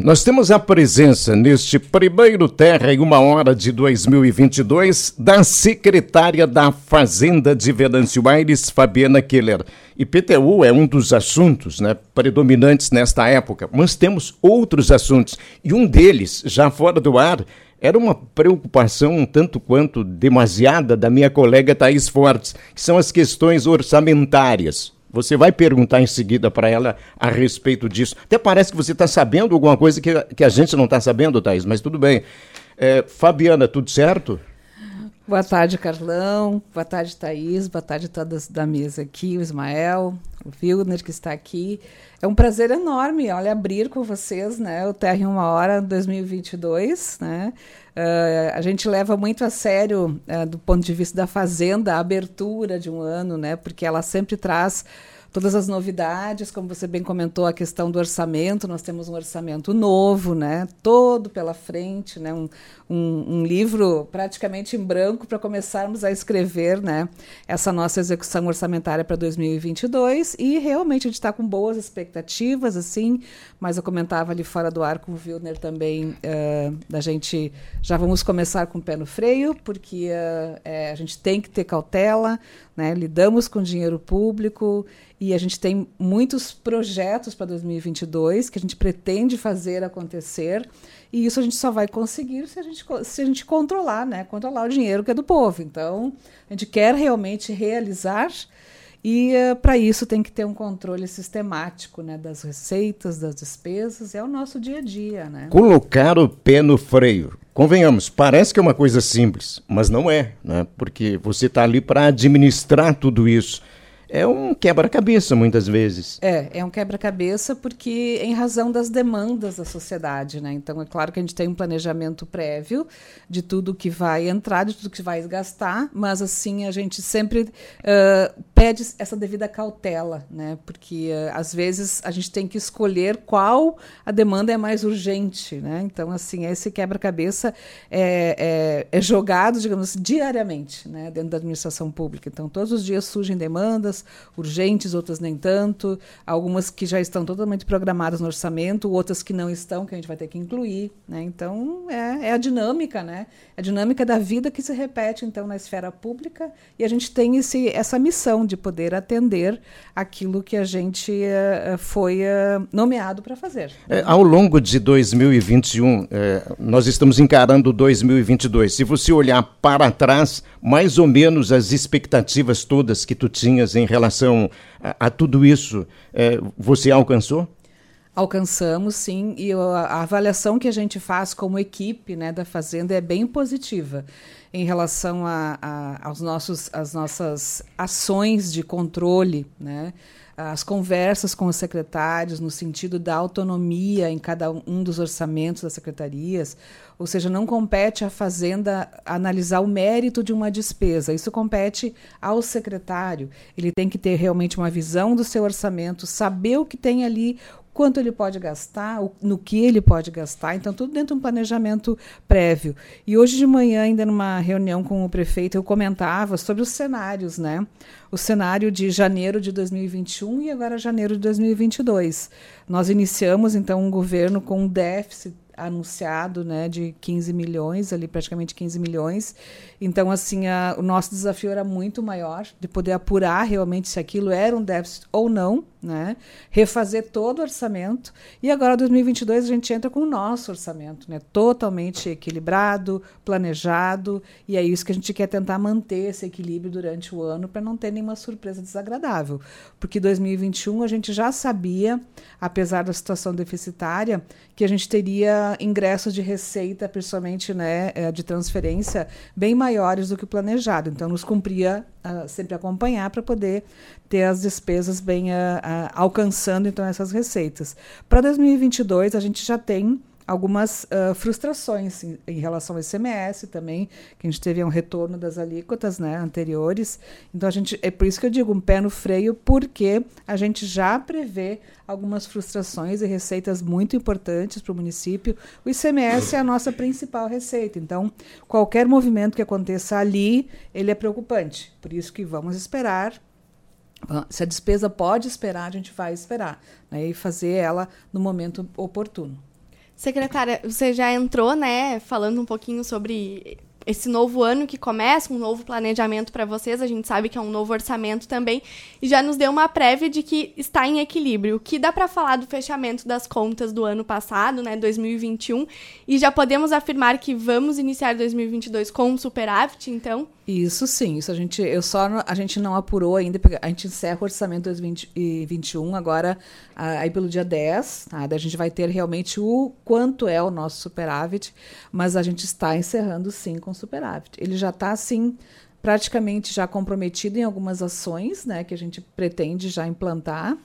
Nós temos a presença neste primeiro Terra em uma hora de 2022 da secretária da Fazenda de Venâncio Aires, Fabiana Keller. IPTU é um dos assuntos, predominantes nesta época, mas temos outros assuntos e um deles, já fora do ar, era uma preocupação um tanto quanto demasiada da minha colega Thaís Fortes, que são as questões orçamentárias. Você vai perguntar em seguida para ela a respeito disso. Até parece que você está sabendo alguma coisa que a gente não está sabendo, Thaís, mas tudo bem. Fabiana, tudo certo? Boa tarde, Carlão. Boa tarde, Thaís. Boa tarde a todas da mesa aqui, o Ismael, o Wilner, que está aqui. É um prazer enorme, abrir com vocês, o Terra em uma hora 2022, a gente leva muito a sério, do ponto de vista da Fazenda, a abertura de um ano, porque ela sempre traz todas as novidades, como você bem comentou, a questão do orçamento. Nós temos um orçamento novo, todo pela frente, um livro praticamente em branco para começarmos a escrever, essa nossa execução orçamentária para 2022, e realmente a gente está com boas expectativas, assim, mas eu comentava ali fora do ar com o Wilner também, da gente já vamos começar com o pé no freio, porque a gente tem que ter cautela, lidamos com dinheiro público e a gente tem muitos projetos para 2022 que a gente pretende fazer acontecer, e isso a gente só vai conseguir se a gente controlar, controlar o dinheiro que é do povo. Então, a gente quer realmente realizar, e para isso tem que ter um controle sistemático, das receitas, das despesas, é o nosso dia a dia. Colocar o pé no freio. Convenhamos, parece que é uma coisa simples, mas não é, porque você está ali para administrar tudo isso. É um quebra-cabeça, muitas vezes. É um quebra-cabeça porque em razão das demandas da sociedade, Então, é claro que a gente tem um planejamento prévio de tudo que vai entrar, de tudo que vai gastar, mas, assim, a gente sempre pede essa devida cautela, Porque, às vezes, a gente tem que escolher qual a demanda é mais urgente, Então, assim, esse quebra-cabeça é jogado, digamos assim, diariamente, dentro da administração pública. Então, todos os dias surgem demandas urgentes, outras nem tanto, algumas que já estão totalmente programadas no orçamento, outras que não estão, que a gente vai ter que incluir, Então, é a dinâmica, A dinâmica da vida que se repete, então, na esfera pública, e a gente tem essa missão de poder atender aquilo que a gente foi nomeado para fazer. Ao longo de 2021, nós estamos encarando 2022. Se você olhar para trás, mais ou menos as expectativas todas que tu tinhas em relação a tudo isso, você alcançou? Alcançamos, sim, e a avaliação que a gente faz como equipe, da Fazenda é bem positiva em relação às nossas ações de controle, as conversas com os secretários no sentido da autonomia em cada um dos orçamentos das secretarias, ou seja, não compete à Fazenda analisar o mérito de uma despesa, isso compete ao secretário. Ele tem que ter realmente uma visão do seu orçamento, saber o que tem ali, quanto ele pode gastar, no que ele pode gastar, então tudo dentro de um planejamento prévio. E hoje de manhã, ainda numa reunião com o prefeito, eu comentava sobre os cenários, O cenário de janeiro de 2021 e agora janeiro de 2022. Nós iniciamos, então, um governo com um déficit anunciado, de 15 milhões, ali praticamente 15 milhões. Então, assim, o nosso desafio era muito maior, de poder apurar realmente se aquilo era um déficit ou não, refazer todo o orçamento. E agora, 2022, a gente entra com o nosso orçamento, totalmente equilibrado, planejado, e é isso que a gente quer tentar manter esse equilíbrio durante o ano, para não ter nenhuma surpresa desagradável. Porque 2021 a gente já sabia, apesar da situação deficitária, que a gente teria ingressos de receita, principalmente de transferência, bem maiores do que o planejado. Então, nos cumpria sempre acompanhar para poder ter as despesas bem alcançando, então, essas receitas. Para 2022, a gente já tem algumas frustrações em relação ao ICMS também, que a gente teve um retorno das alíquotas anteriores. Então, é por isso que eu digo um pé no freio, porque a gente já prevê algumas frustrações e receitas muito importantes para o município. O ICMS é a nossa principal receita, então qualquer movimento que aconteça ali, ele é preocupante. Por isso que vamos esperar. Se a despesa pode esperar, a gente vai esperar, e fazer ela no momento oportuno. Secretária, você já entrou, né, falando um pouquinho sobre esse novo ano que começa, um novo planejamento para vocês, a gente sabe que é um novo orçamento também, e já nos deu uma prévia de que está em equilíbrio. O que dá para falar do fechamento das contas do ano passado, né, 2021, e já podemos afirmar que vamos iniciar 2022 com um superávit, então? Isso sim, isso a gente não apurou ainda, porque a gente encerra o orçamento 2021 agora, aí pelo dia 10, tá? Daí a gente vai ter realmente o quanto é o nosso superávit, mas a gente está encerrando sim com superávit. Ele já está, sim, praticamente já comprometido em algumas ações, né, que a gente pretende já implantar,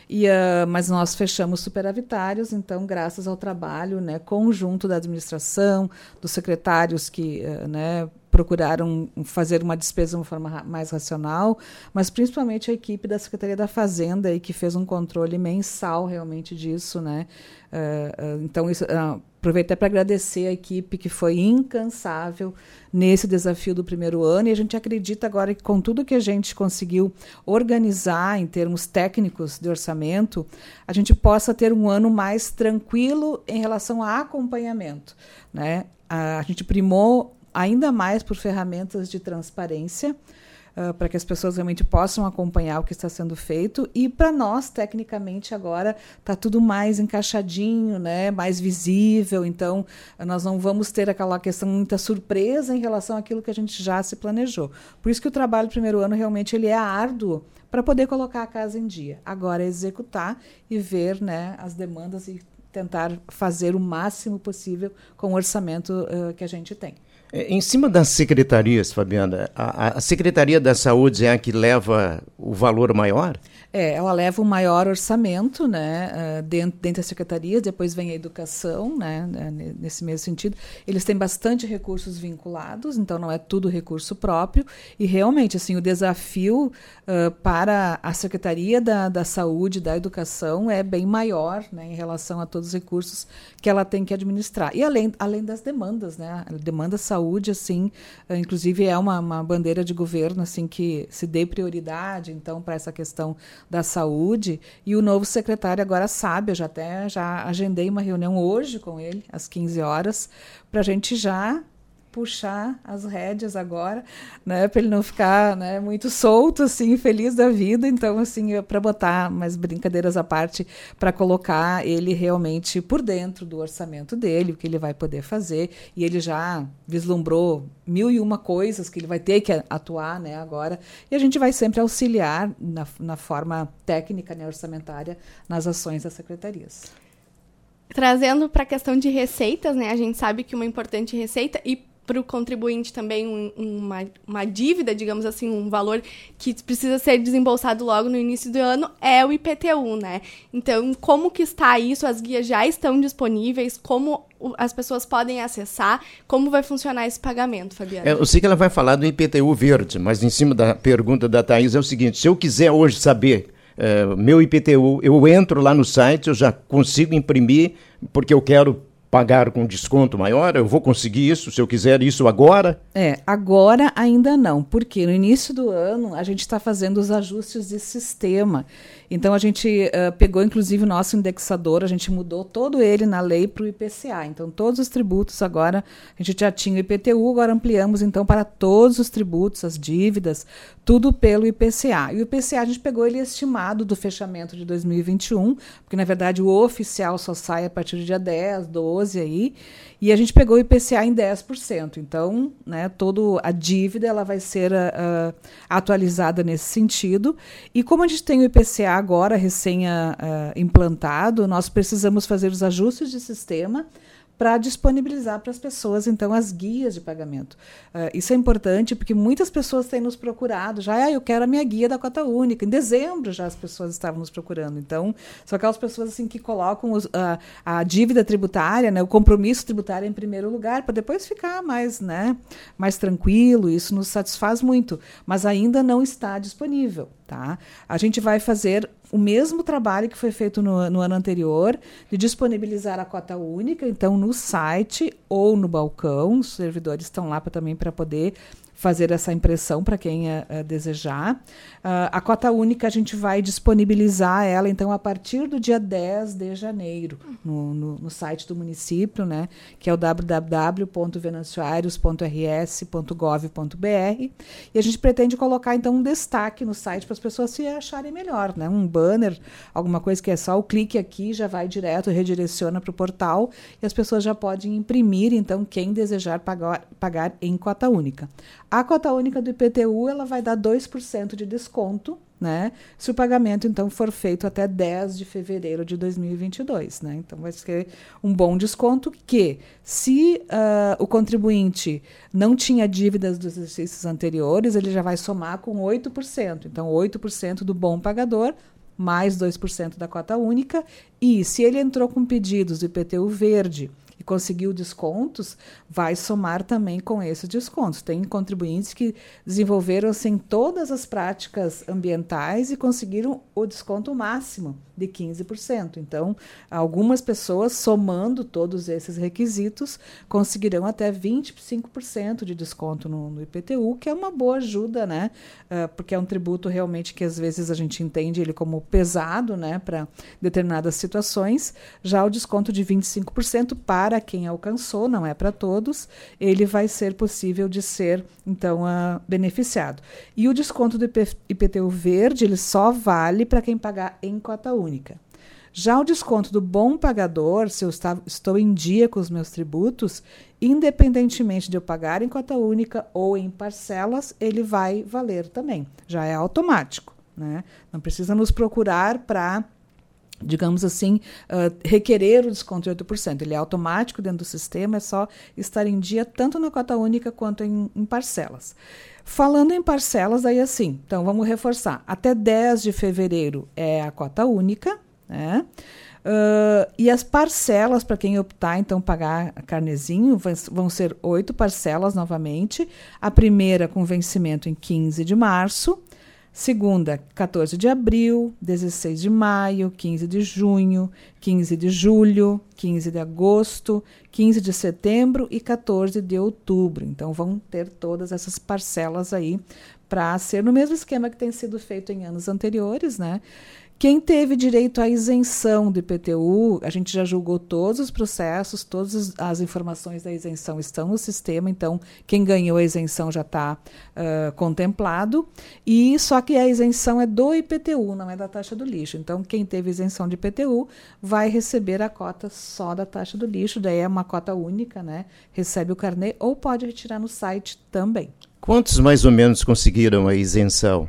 mas nós fechamos superavitários, então, graças ao trabalho, né, conjunto da administração, dos secretários que procuraram fazer uma despesa de uma forma mais racional, mas principalmente a equipe da Secretaria da Fazenda aí, que fez um controle mensal realmente disso, né? Então, aproveito até para agradecer a equipe que foi incansável nesse desafio do primeiro ano, e a gente acredita agora que com tudo que a gente conseguiu organizar em termos técnicos de orçamento, a gente possa ter um ano mais tranquilo em relação a acompanhamento, né? A gente primou ainda mais por ferramentas de transparência, para que as pessoas realmente possam acompanhar o que está sendo feito, e para nós, tecnicamente, agora está tudo mais encaixadinho, né, mais visível, então nós não vamos ter aquela questão, muita surpresa em relação àquilo que a gente já se planejou. Por isso que o trabalho do primeiro ano realmente ele é árduo para poder colocar a casa em dia. Agora é executar e ver, né, as demandas e tentar fazer o máximo possível com o orçamento que a gente tem. Em cima das secretarias, Fabiana, a Secretaria da Saúde é a que leva o valor maior? Ela leva o maior orçamento, né, dentro das secretarias, depois vem a educação, né, nesse mesmo sentido. Eles têm bastante recursos vinculados, então não é tudo recurso próprio, e realmente assim, o desafio para a Secretaria da Saúde e da Educação é bem maior, né, em relação a todos os recursos que ela tem que administrar. E além das demandas, né, a demanda saúde, assim, inclusive é uma bandeira de governo assim, que se dê prioridade então, para essa questão da saúde, e o novo secretário agora sabe, eu já agendei uma reunião hoje com ele, às 15 horas, para a gente já puxar as rédeas agora, né, para ele não ficar, né, muito solto, assim, feliz da vida. Então, assim, para botar mais brincadeiras à parte, para colocar ele realmente por dentro do orçamento dele, o que ele vai poder fazer, e ele já vislumbrou 1001 coisas que ele vai ter que atuar, né, agora, e a gente vai sempre auxiliar na forma técnica, né, orçamentária, nas ações das secretarias. Trazendo para a questão de receitas, né, a gente sabe que uma importante receita, e para o contribuinte também uma dívida, digamos assim, um valor que precisa ser desembolsado logo no início do ano, é o IPTU, né? Então, como que está isso? As guias já estão disponíveis? Como as pessoas podem acessar? Como vai funcionar esse pagamento, Fabiana? Eu sei que ela vai falar do IPTU verde, mas em cima da pergunta da Thaís é o seguinte: se eu quiser hoje saber meu IPTU, eu entro lá no site, eu já consigo imprimir, porque eu quero pagar com desconto maior? Eu vou conseguir isso, se eu quiser isso agora? Agora ainda não, porque no início do ano a gente está fazendo os ajustes de sistema. Então a gente pegou inclusive o nosso indexador, a gente mudou todo ele na lei para o IPCA. Então todos os tributos agora, a gente já tinha o IPTU, agora ampliamos então para todos os tributos, as dívidas, tudo pelo IPCA. E o IPCA a gente pegou ele estimado do fechamento de 2021, porque na verdade o oficial só sai a partir do dia 10, 12 aí, e a gente pegou o IPCA em 10%. Então, né, toda a dívida ela vai ser atualizada nesse sentido. E como a gente tem o IPCA agora recém implantado, nós precisamos fazer os ajustes de sistema para disponibilizar para as pessoas, então, as guias de pagamento. Isso é importante porque muitas pessoas têm nos procurado, eu quero a minha guia da cota única. Em dezembro já as pessoas estavam nos procurando. Então, são aquelas pessoas assim, que colocam a dívida tributária, né, o compromisso tributário em primeiro lugar, para depois ficar mais tranquilo. Isso nos satisfaz muito, mas ainda não está disponível. Tá? A gente vai fazer o mesmo trabalho que foi feito no ano anterior, de disponibilizar a cota única, então no site ou no balcão, os servidores estão lá também para poder fazer essa impressão para quem desejar. A cota única a gente vai disponibilizar ela, então, a partir do dia 10 de janeiro, no site do município, né, que é o www.venanciarios.rs.gov.br, e a gente pretende colocar, então, um destaque no site para as pessoas se acharem melhor, né, um banner, alguma coisa que é só o clique aqui, já vai direto, redireciona para o portal, e as pessoas já podem imprimir, então, quem desejar pagar em cota única. A cota única do IPTU, ela vai dar 2% de desconto, né, se o pagamento, então, for feito até 10 de fevereiro de 2022. Né? Então, vai ser um bom desconto que, se o contribuinte não tinha dívidas dos exercícios anteriores, ele já vai somar com 8%. Então, 8% do bom pagador, mais 2% da cota única. E, se ele entrou com pedidos do IPTU verde e conseguiu descontos, vai somar também com esses descontos. Tem contribuintes que desenvolveram assim, todas as práticas ambientais e conseguiram o desconto máximo de 15%. Então, algumas pessoas, somando todos esses requisitos, conseguirão até 25% de desconto no IPTU, que é uma boa ajuda, né? Porque é um tributo realmente que às vezes a gente entende ele como pesado, né, para determinadas situações. Já o desconto de 25% para quem alcançou, não é para todos, ele vai ser possível de ser, então, beneficiado. E o desconto do IPTU verde, ele só vale para quem pagar em cota única. Já o desconto do bom pagador, se eu estou em dia com os meus tributos, independentemente de eu pagar em cota única ou em parcelas, ele vai valer também. Já é automático, né? Não precisa nos procurar para, digamos assim, requerer o desconto de 8%. Ele é automático dentro do sistema, é só estar em dia tanto na cota única quanto em parcelas. Falando em parcelas, daí assim, então vamos reforçar. Até 10 de fevereiro é a cota única, né? E as parcelas, para quem optar, então, pagar carnezinho, vão ser 8 parcelas novamente. A primeira com vencimento em 15 de março. Segunda, 14 de abril, 16 de maio, 15 de junho, 15 de julho, 15 de agosto, 15 de setembro e 14 de outubro. Então, vão ter todas essas parcelas aí para ser no mesmo esquema que tem sido feito em anos anteriores, né? Quem teve direito à isenção do IPTU, a gente já julgou todos os processos, todas as informações da isenção estão no sistema, então quem ganhou a isenção já está contemplado, e só que a isenção é do IPTU, não é da taxa do lixo. Então, quem teve isenção de IPTU vai receber a cota só da taxa do lixo, daí é uma cota única, né? Recebe o carnê ou pode retirar no site também. Quantos mais ou menos conseguiram a isenção?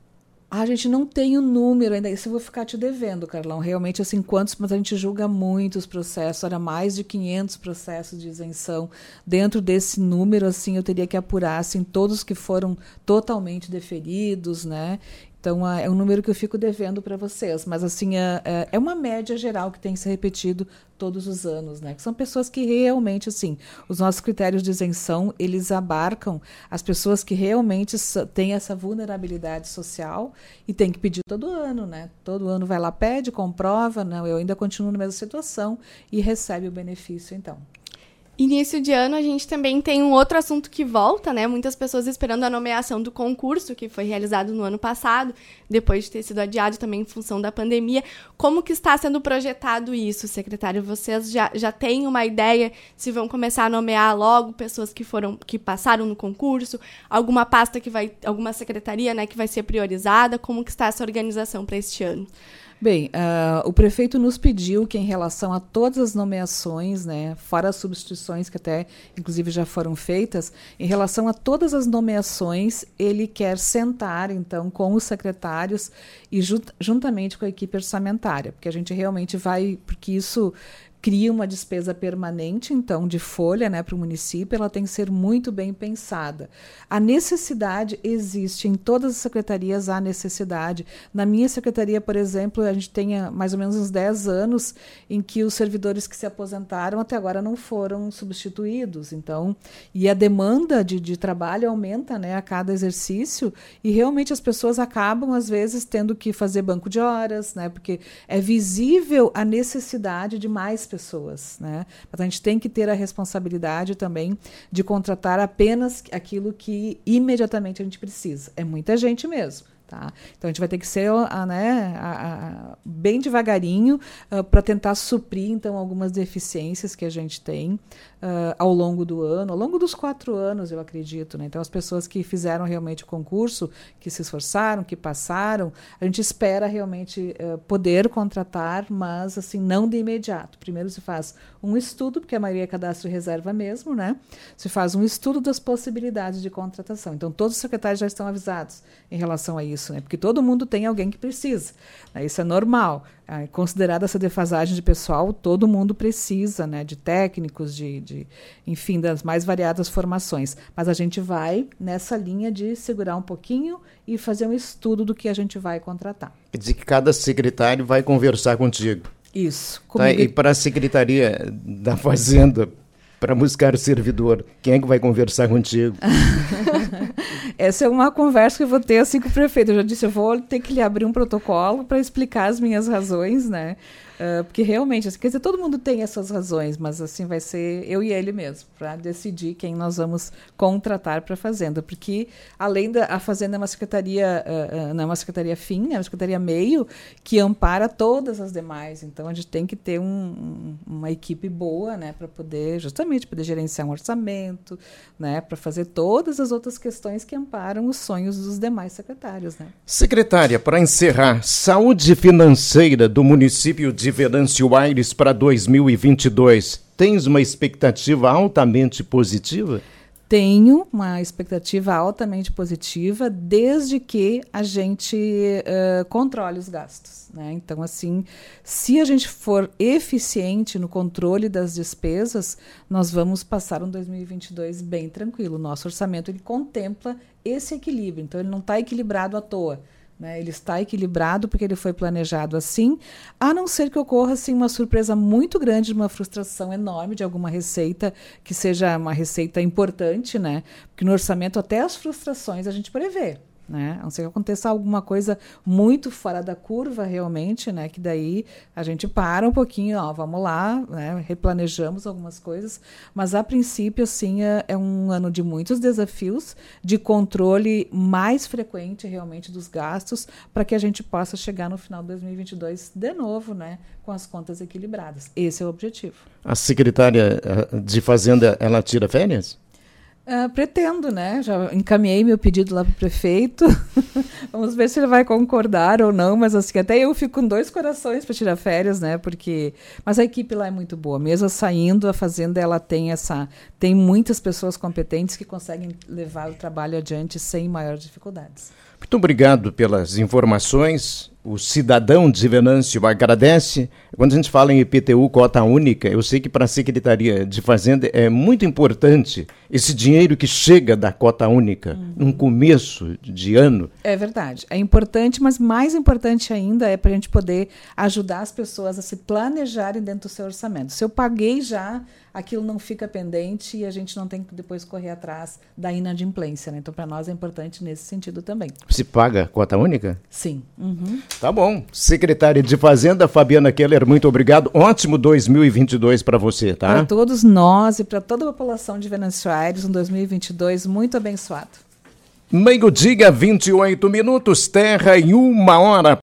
A gente não tem o número ainda, isso eu vou ficar te devendo, Carlão. Realmente, assim, quantos, mas a gente julga muitos processos, era mais de 500 processos de isenção. Dentro desse número, assim, eu teria que apurar, assim, todos que foram totalmente deferidos, né? Então, é um número que eu fico devendo para vocês, mas assim, é uma média geral que tem se repetido todos os anos, né? Que são pessoas que realmente, assim, os nossos critérios de isenção, eles abarcam as pessoas que realmente têm essa vulnerabilidade social e tem que pedir todo ano, né? Todo ano vai lá, pede, comprova, não, eu ainda continuo na mesma situação e recebe o benefício, então. Início de ano, a gente também tem um outro assunto que volta, né? Muitas pessoas esperando a nomeação do concurso, que foi realizado no ano passado, depois de ter sido adiado também em função da pandemia. Como que está sendo projetado isso, secretário? Vocês já têm uma ideia se vão começar a nomear logo pessoas que passaram no concurso? Alguma pasta alguma secretaria, né, que vai ser priorizada? Como que está essa organização para este ano? Bem, o prefeito nos pediu que, em relação a todas as nomeações, né, fora as substituições que até, inclusive, já foram feitas, em relação a todas as nomeações, ele quer sentar, então, com os secretários e juntamente com a equipe orçamentária, porque a gente realmente porque isso cria uma despesa permanente, então, de folha, né, para o município, ela tem que ser muito bem pensada. A necessidade existe, em todas as secretarias há necessidade. Na minha secretaria, por exemplo, a gente tem mais ou menos uns 10 anos em que os servidores que se aposentaram até agora não foram substituídos. Então, e a demanda de trabalho aumenta, né, a cada exercício, e realmente as pessoas acabam, às vezes, tendo que fazer banco de horas, né, porque é visível a necessidade de mais pessoas, né? Mas a gente tem que ter a responsabilidade também de contratar apenas aquilo que imediatamente a gente precisa. É muita gente mesmo. Tá? Então, a gente vai ter que ser bem devagarinho para tentar suprir, então, algumas deficiências que a gente tem ao longo do ano, ao longo dos 4 anos, eu acredito. Né? Então, as pessoas que fizeram realmente o concurso, que se esforçaram, que passaram, a gente espera realmente poder contratar, mas assim, não de imediato. Primeiro se faz um estudo, porque a maioria é cadastro e reserva mesmo, né? Se faz um estudo das possibilidades de contratação. Então, todos os secretários já estão avisados em relação a isso, né? Porque todo mundo tem alguém que precisa. Né? Isso é normal. Considerada essa defasagem de pessoal, todo mundo precisa, né? De técnicos, enfim, das mais variadas formações. Mas a gente vai nessa linha de segurar um pouquinho e fazer um estudo do que a gente vai contratar. Quer dizer que cada secretário vai conversar contigo. Isso. Tá, e para a Secretaria da Fazenda, para buscar o servidor, quem é que vai conversar contigo? Essa é uma conversa que eu vou ter assim com o prefeito. Eu já disse, eu vou ter que lhe abrir um protocolo para explicar as minhas razões, né? Porque realmente, assim, quer dizer, todo mundo tem essas razões, mas assim vai ser eu e ele mesmo, para decidir quem nós vamos contratar para a Fazenda. Porque além a Fazenda é uma secretaria, não é uma secretaria fim, é uma secretaria meio, que ampara todas as demais. Então a gente tem que ter uma equipe boa, né, para poder gerenciar um orçamento, né, para fazer todas as outras questões que amparam os sonhos dos demais secretários, né? Secretária, para encerrar, saúde financeira do município de Venâncio Aires para 2022, tens uma expectativa altamente positiva? Tenho uma expectativa altamente positiva, desde que a gente controle os gastos. Né? Então, assim, se a gente for eficiente no controle das despesas, nós vamos passar um 2022 bem tranquilo. O nosso orçamento ele contempla esse equilíbrio, então ele não está equilibrado à toa. Né? Ele está equilibrado porque ele foi planejado assim, a não ser que ocorra assim, uma surpresa muito grande, uma frustração enorme de alguma receita que seja uma receita importante, né? Porque no orçamento até as frustrações a gente prevê. Né? A não ser que aconteça alguma coisa muito fora da curva realmente, né? Que daí a gente para um pouquinho, vamos lá, né? Replanejamos algumas coisas, mas a princípio assim, é um ano de muitos desafios, de controle mais frequente realmente dos gastos, para que a gente possa chegar no final de 2022 de novo, né? Com as contas equilibradas. Esse é o objetivo. A secretária de Fazenda, ela tira férias? Pretendo, né? Já encaminhei meu pedido lá para o prefeito. Vamos ver se ele vai concordar ou não, mas assim, até eu fico com 2 corações para tirar férias, né? Mas a equipe lá é muito boa. Mesmo saindo, a Fazenda ela tem muitas pessoas competentes que conseguem levar o trabalho adiante sem maiores dificuldades. Muito obrigado pelas informações. O cidadão de Venâncio agradece. Quando a gente fala em IPTU, cota única, eu sei que para a Secretaria de Fazenda é muito importante esse dinheiro que chega da cota única num começo de ano. É verdade. É importante, mas mais importante ainda é para a gente poder ajudar as pessoas a se planejarem dentro do seu orçamento. Se eu paguei já, aquilo não fica pendente e a gente não tem que depois correr atrás da inadimplência. Né? Então, para nós é importante nesse sentido também. Se paga cota única? Sim. Uhum. Tá bom. Secretária de Fazenda, Fabiana Keller, muito obrigado. Ótimo 2022 para você, tá? Para todos nós e para toda a população de Venâncio Aires, um 2022 muito abençoado. Meio-dia, 28 minutos, terra em 1 hora.